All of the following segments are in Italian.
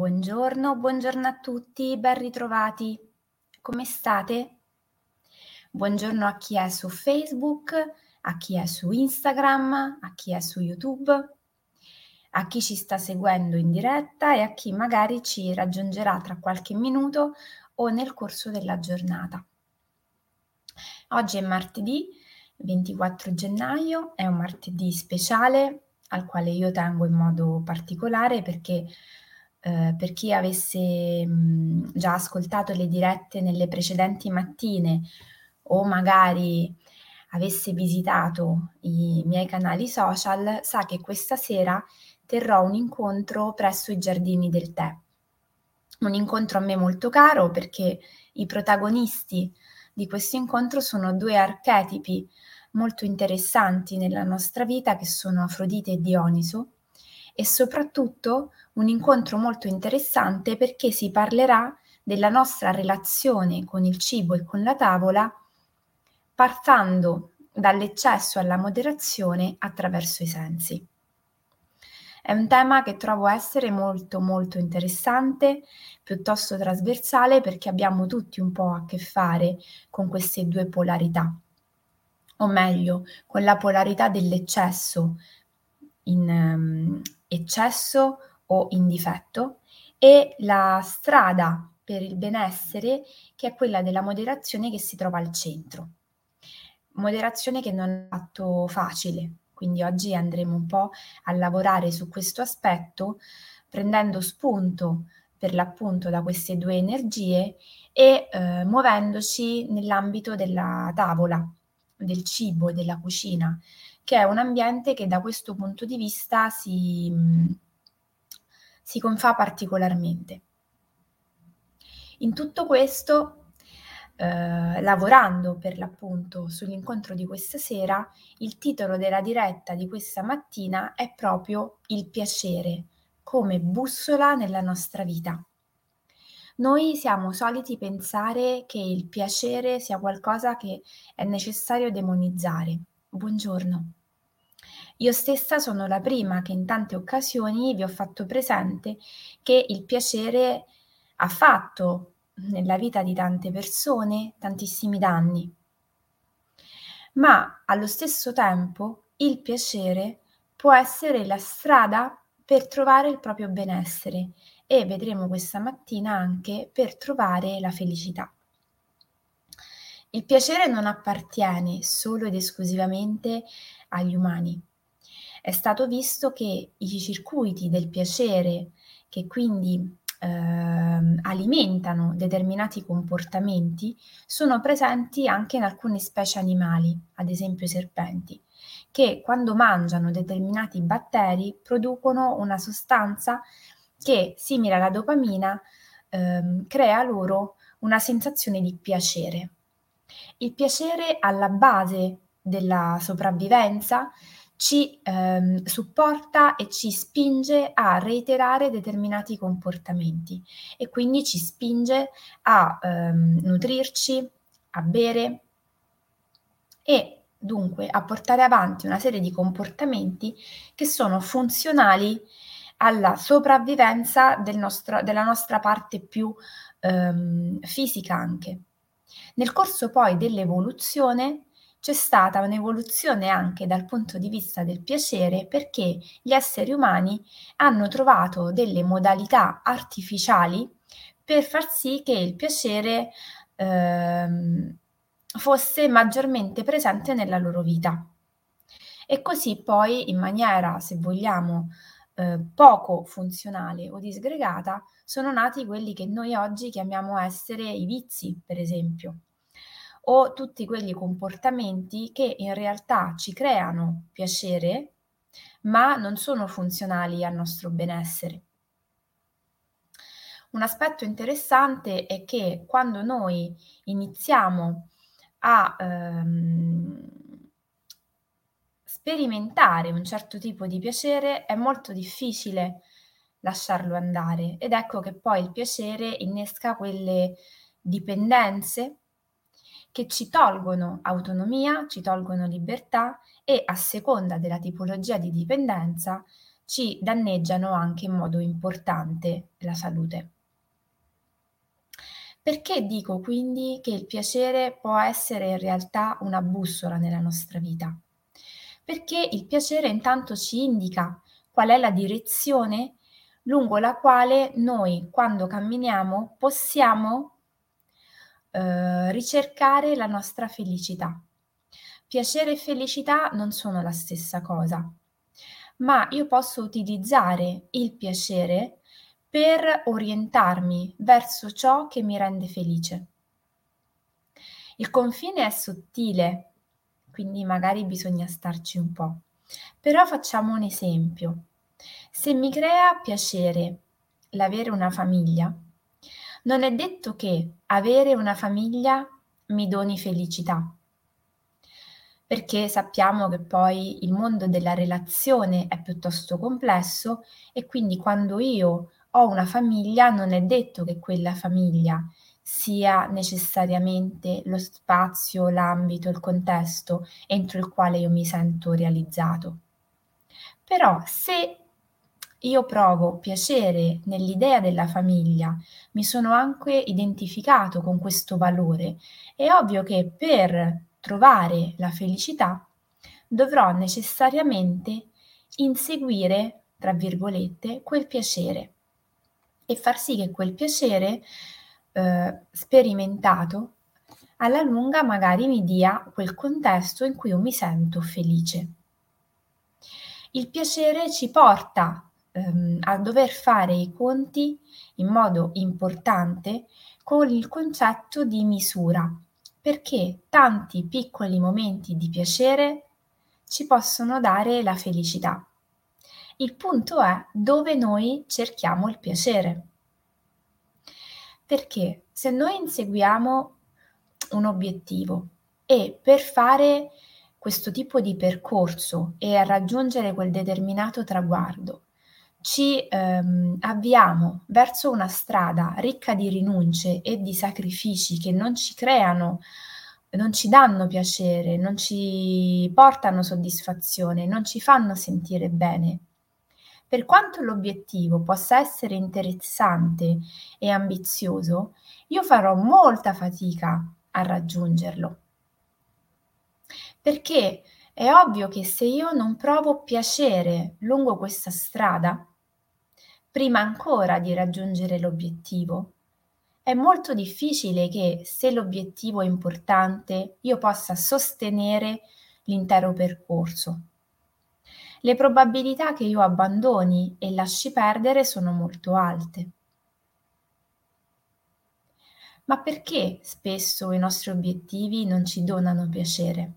Buongiorno a tutti, ben ritrovati. Come state? Buongiorno a chi è su Facebook, a chi è su Instagram, a chi è su YouTube, a chi ci sta seguendo in diretta e a chi magari ci raggiungerà tra qualche minuto o nel corso della giornata. Oggi è martedì 24 gennaio, è un martedì speciale al quale io tengo in modo particolare perché per chi avesse già ascoltato le dirette nelle precedenti mattine o magari avesse visitato i miei canali social, sa che questa sera terrò un incontro presso i Giardini del Tè. Un incontro a me molto caro perché i protagonisti di questo incontro sono 2 archetipi molto interessanti nella nostra vita che sono Afrodite e Dioniso e soprattutto un incontro molto interessante perché si parlerà della nostra relazione con il cibo e con la tavola partendo dall'eccesso alla moderazione attraverso i sensi. È un tema che trovo essere molto, molto interessante, piuttosto trasversale, perché abbiamo tutti un po' a che fare con queste 2 polarità, o meglio, con la polarità dell'eccesso in eccesso o in difetto e la strada per il benessere che è quella della moderazione che si trova al centro. Moderazione che non è affatto facile, quindi oggi andremo un po' a lavorare su questo aspetto, prendendo spunto per l'appunto da queste 2 energie e, muovendoci nell'ambito della tavola, del cibo e della cucina, che è un ambiente che da questo punto di vista si confà particolarmente. In tutto questo, lavorando per l'appunto sull'incontro di questa sera, il titolo della diretta di questa mattina è proprio "Il piacere come bussola nella nostra vita". Noi siamo soliti pensare che il piacere sia qualcosa che è necessario demonizzare. Buongiorno. Io stessa sono la prima che in tante occasioni vi ho fatto presente che il piacere ha fatto nella vita di tante persone tantissimi danni. Ma allo stesso tempo il piacere può essere la strada per trovare il proprio benessere e vedremo questa mattina anche per trovare la felicità. Il piacere non appartiene solo ed esclusivamente agli umani. È stato visto che i circuiti del piacere, che quindi alimentano determinati comportamenti, sono presenti anche in alcune specie animali, ad esempio i serpenti, che quando mangiano determinati batteri producono una sostanza che, simile alla dopamina, crea loro una sensazione di piacere. Il piacere alla base della sopravvivenza ci, supporta e ci spinge a reiterare determinati comportamenti e quindi ci spinge a, nutrirci, a bere e dunque a portare avanti una serie di comportamenti che sono funzionali alla sopravvivenza della nostra parte più, fisica anche. Nel corso poi dell'evoluzione c'è stata un'evoluzione anche dal punto di vista del piacere, perché gli esseri umani hanno trovato delle modalità artificiali per far sì che il piacere, ehm, fosse maggiormente presente nella loro vita. E così poi in maniera, se vogliamo, poco funzionale o disgregata, sono nati quelli che noi oggi chiamiamo essere i vizi, per esempio, o tutti quegli comportamenti che in realtà ci creano piacere, ma non sono funzionali al nostro benessere. Un aspetto interessante è che quando noi iniziamo a, sperimentare un certo tipo di piacere, è molto difficile lasciarlo andare ed ecco che poi il piacere innesca quelle dipendenze che ci tolgono autonomia, ci tolgono libertà e a seconda della tipologia di dipendenza ci danneggiano anche in modo importante la salute. Perché dico quindi che il piacere può essere in realtà una bussola nella nostra vita? Perché il piacere intanto ci indica qual è la direzione lungo la quale noi, quando camminiamo, possiamo ricercare la nostra felicità. Piacere e felicità non sono la stessa cosa, ma io posso utilizzare il piacere per orientarmi verso ciò che mi rende felice. Il confine è sottile, quindi magari bisogna starci un po'. Però facciamo un esempio. Se mi crea piacere l'avere una famiglia, non è detto che avere una famiglia mi doni felicità, perché sappiamo che poi il mondo della relazione è piuttosto complesso e quindi quando io ho una famiglia non è detto che quella famiglia sia necessariamente lo spazio, l'ambito, il contesto entro il quale io mi sento realizzato. Però se io provo piacere nell'idea della famiglia, mi sono anche identificato con questo valore, è ovvio che per trovare la felicità dovrò necessariamente inseguire, tra virgolette, quel piacere e far sì che quel piacere, sperimentato, alla lunga magari mi dia quel contesto in cui io mi sento felice. Il piacere ci porta, a dover fare i conti in modo importante con il concetto di misura, perché tanti piccoli momenti di piacere ci possono dare la felicità. Il punto è dove noi cerchiamo il piacere. Perché se noi inseguiamo un obiettivo e per fare questo tipo di percorso e a raggiungere quel determinato traguardo ci avviamo verso una strada ricca di rinunce e di sacrifici che non ci creano, non ci danno piacere, non ci portano soddisfazione, non ci fanno sentire bene. Per quanto l'obiettivo possa essere interessante e ambizioso, io farò molta fatica a raggiungerlo. Perché è ovvio che se io non provo piacere lungo questa strada, prima ancora di raggiungere l'obiettivo, è molto difficile che, se l'obiettivo è importante, io possa sostenere l'intero percorso. Le probabilità che io abbandoni e lasci perdere sono molto alte. Ma perché spesso i nostri obiettivi non ci donano piacere?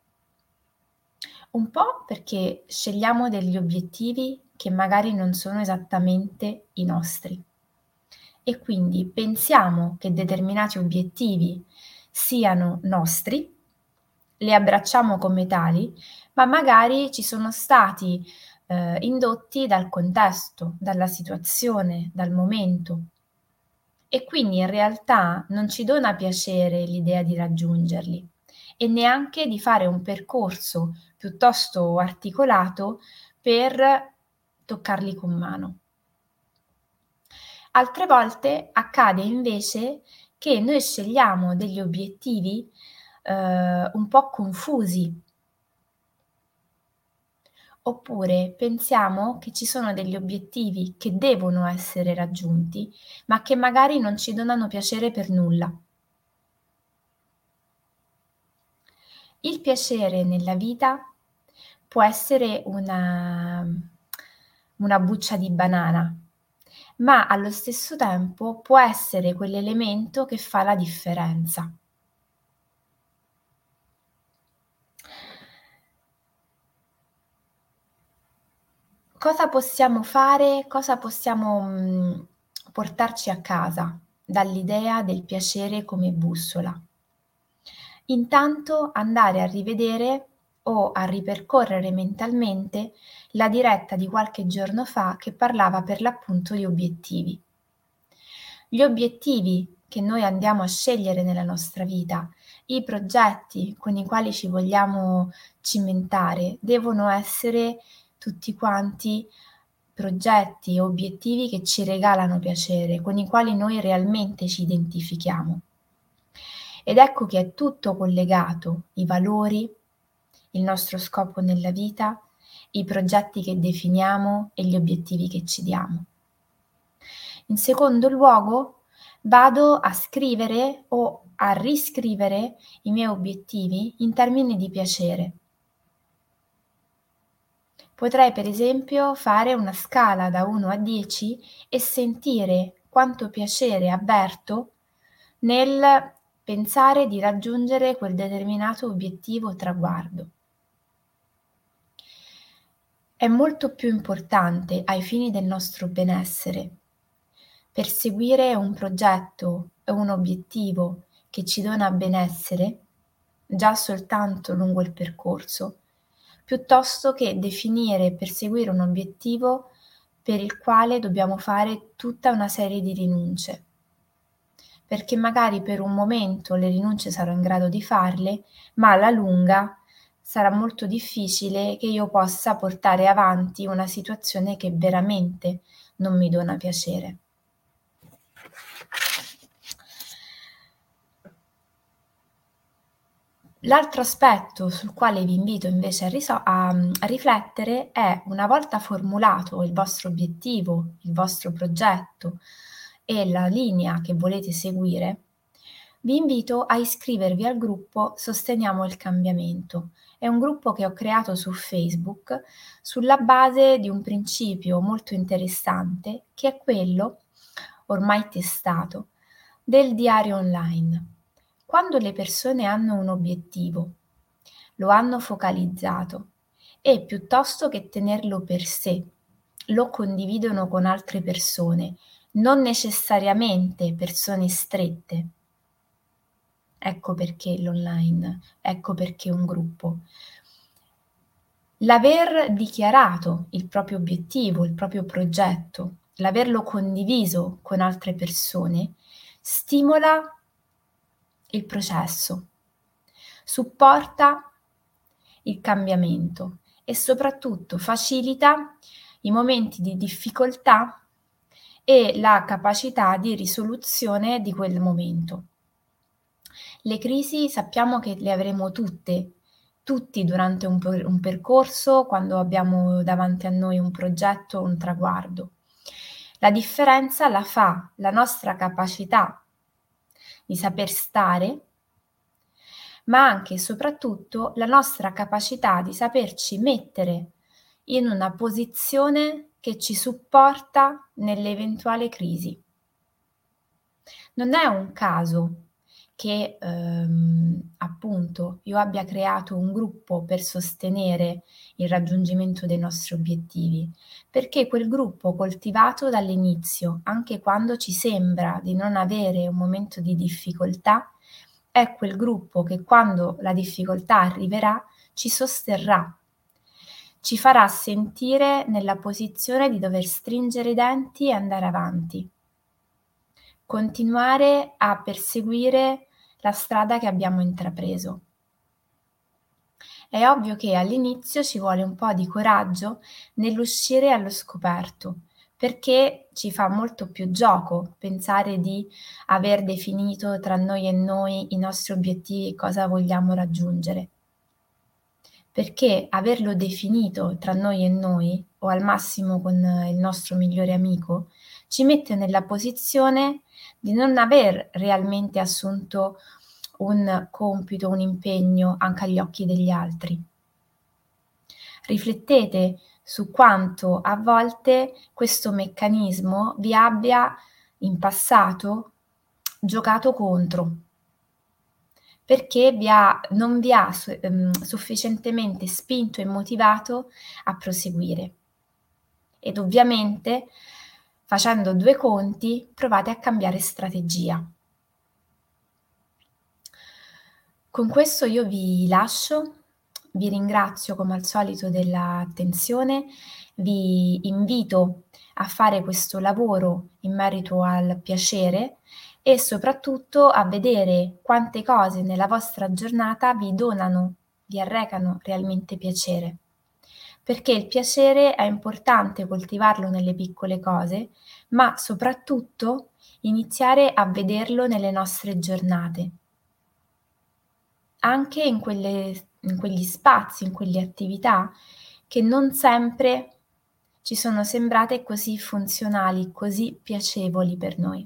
Un po' perché scegliamo degli obiettivi che magari non sono esattamente i nostri e quindi pensiamo che determinati obiettivi siano nostri, li abbracciamo come tali, ma magari ci sono stati indotti dal contesto, dalla situazione, dal momento e quindi in realtà non ci dona piacere l'idea di raggiungerli e neanche di fare un percorso piuttosto articolato per toccarli con mano. Altre volte accade invece che noi scegliamo degli obiettivi, un po' confusi, oppure pensiamo che ci sono degli obiettivi che devono essere raggiunti, ma che magari non ci donano piacere per nulla. Il piacere nella vita può essere una buccia di banana, ma allo stesso tempo può essere quell'elemento che fa la differenza. Cosa possiamo fare, cosa possiamo, portarci a casa dall'idea del piacere come bussola? Intanto andare a rivedere o a ripercorrere mentalmente la diretta di qualche giorno fa che parlava per l'appunto di obiettivi. Gli obiettivi che noi andiamo a scegliere nella nostra vita, i progetti con i quali ci vogliamo cimentare, devono essere tutti quanti progetti e obiettivi che ci regalano piacere, con i quali noi realmente ci identifichiamo. Ed ecco che è tutto collegato: i valori, il nostro scopo nella vita, i progetti che definiamo e gli obiettivi che ci diamo. In secondo luogo, vado a scrivere o a riscrivere i miei obiettivi in termini di piacere. Potrei per esempio fare una scala da 1 a 10 e sentire quanto piacere avverto nel pensare di raggiungere quel determinato obiettivo o traguardo. È molto più importante ai fini del nostro benessere perseguire un progetto e un obiettivo che ci dona benessere già soltanto lungo il percorso, piuttosto che definire e perseguire un obiettivo per il quale dobbiamo fare tutta una serie di rinunce. Perché magari per un momento le rinunce sarò in grado di farle, ma alla lunga sarà molto difficile che io possa portare avanti una situazione che veramente non mi dona piacere. L'altro aspetto sul quale vi invito invece a riflettere è: una volta formulato il vostro obiettivo, il vostro progetto e la linea che volete seguire, vi invito a iscrivervi al gruppo Sosteniamo il cambiamento. È un gruppo che ho creato su Facebook sulla base di un principio molto interessante, che è quello, ormai testato, del diario online. Quando le persone hanno un obiettivo, lo hanno focalizzato e piuttosto che tenerlo per sé, lo condividono con altre persone, non necessariamente persone strette. Ecco perché l'online, ecco perché un gruppo. L'aver dichiarato il proprio obiettivo, il proprio progetto, l'averlo condiviso con altre persone, stimola il processo, supporta il cambiamento e soprattutto facilita i momenti di difficoltà e la capacità di risoluzione di quel momento. Le crisi sappiamo che le avremo tutti durante un percorso, quando abbiamo davanti a noi un progetto, un traguardo. La differenza la fa la nostra capacità di saper stare, ma anche e soprattutto la nostra capacità di saperci mettere in una posizione che ci supporta nell'eventuale crisi. Non è un caso che, appunto, io abbia creato un gruppo per sostenere il raggiungimento dei nostri obiettivi, perché quel gruppo coltivato dall'inizio, anche quando ci sembra di non avere un momento di difficoltà, è quel gruppo che quando la difficoltà arriverà ci sosterrà, ci farà sentire nella posizione di dover stringere i denti e andare avanti. Continuare a perseguire la strada che abbiamo intrapreso. È ovvio che all'inizio ci vuole un po' di coraggio nell'uscire allo scoperto, perché ci fa molto più gioco pensare di aver definito tra noi e noi i nostri obiettivi e cosa vogliamo raggiungere. Perché averlo definito tra noi e noi, o al massimo con il nostro migliore amico, ci mette nella posizione di non aver realmente assunto un compito, un impegno anche agli occhi degli altri. Riflettete su quanto a volte questo meccanismo vi abbia in passato giocato contro, perché non vi ha sufficientemente spinto e motivato a proseguire. Ed ovviamente, facendo 2 conti, provate a cambiare strategia. Con questo io vi lascio, vi ringrazio come al solito dell'attenzione, vi invito a fare questo lavoro in merito al piacere e soprattutto a vedere quante cose nella vostra giornata vi arrecano realmente piacere. perché il piacere è importante coltivarlo nelle piccole cose, ma soprattutto iniziare a vederlo nelle nostre giornate, anche in quegli spazi, in quelle attività che non sempre ci sono sembrate così funzionali, così piacevoli per noi.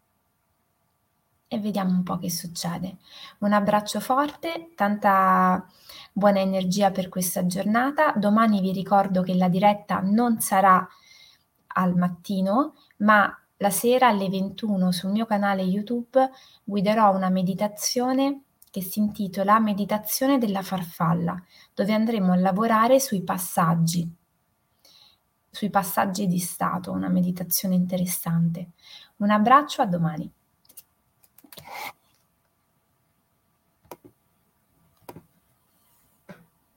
E vediamo un po' che succede. Un abbraccio forte, tanta buona energia per questa giornata. Domani vi ricordo che la diretta non sarà al mattino, ma la sera alle 21 sul mio canale YouTube guiderò una meditazione che si intitola Meditazione della farfalla, dove andremo a lavorare sui passaggi di stato, una meditazione interessante. Un abbraccio, a domani.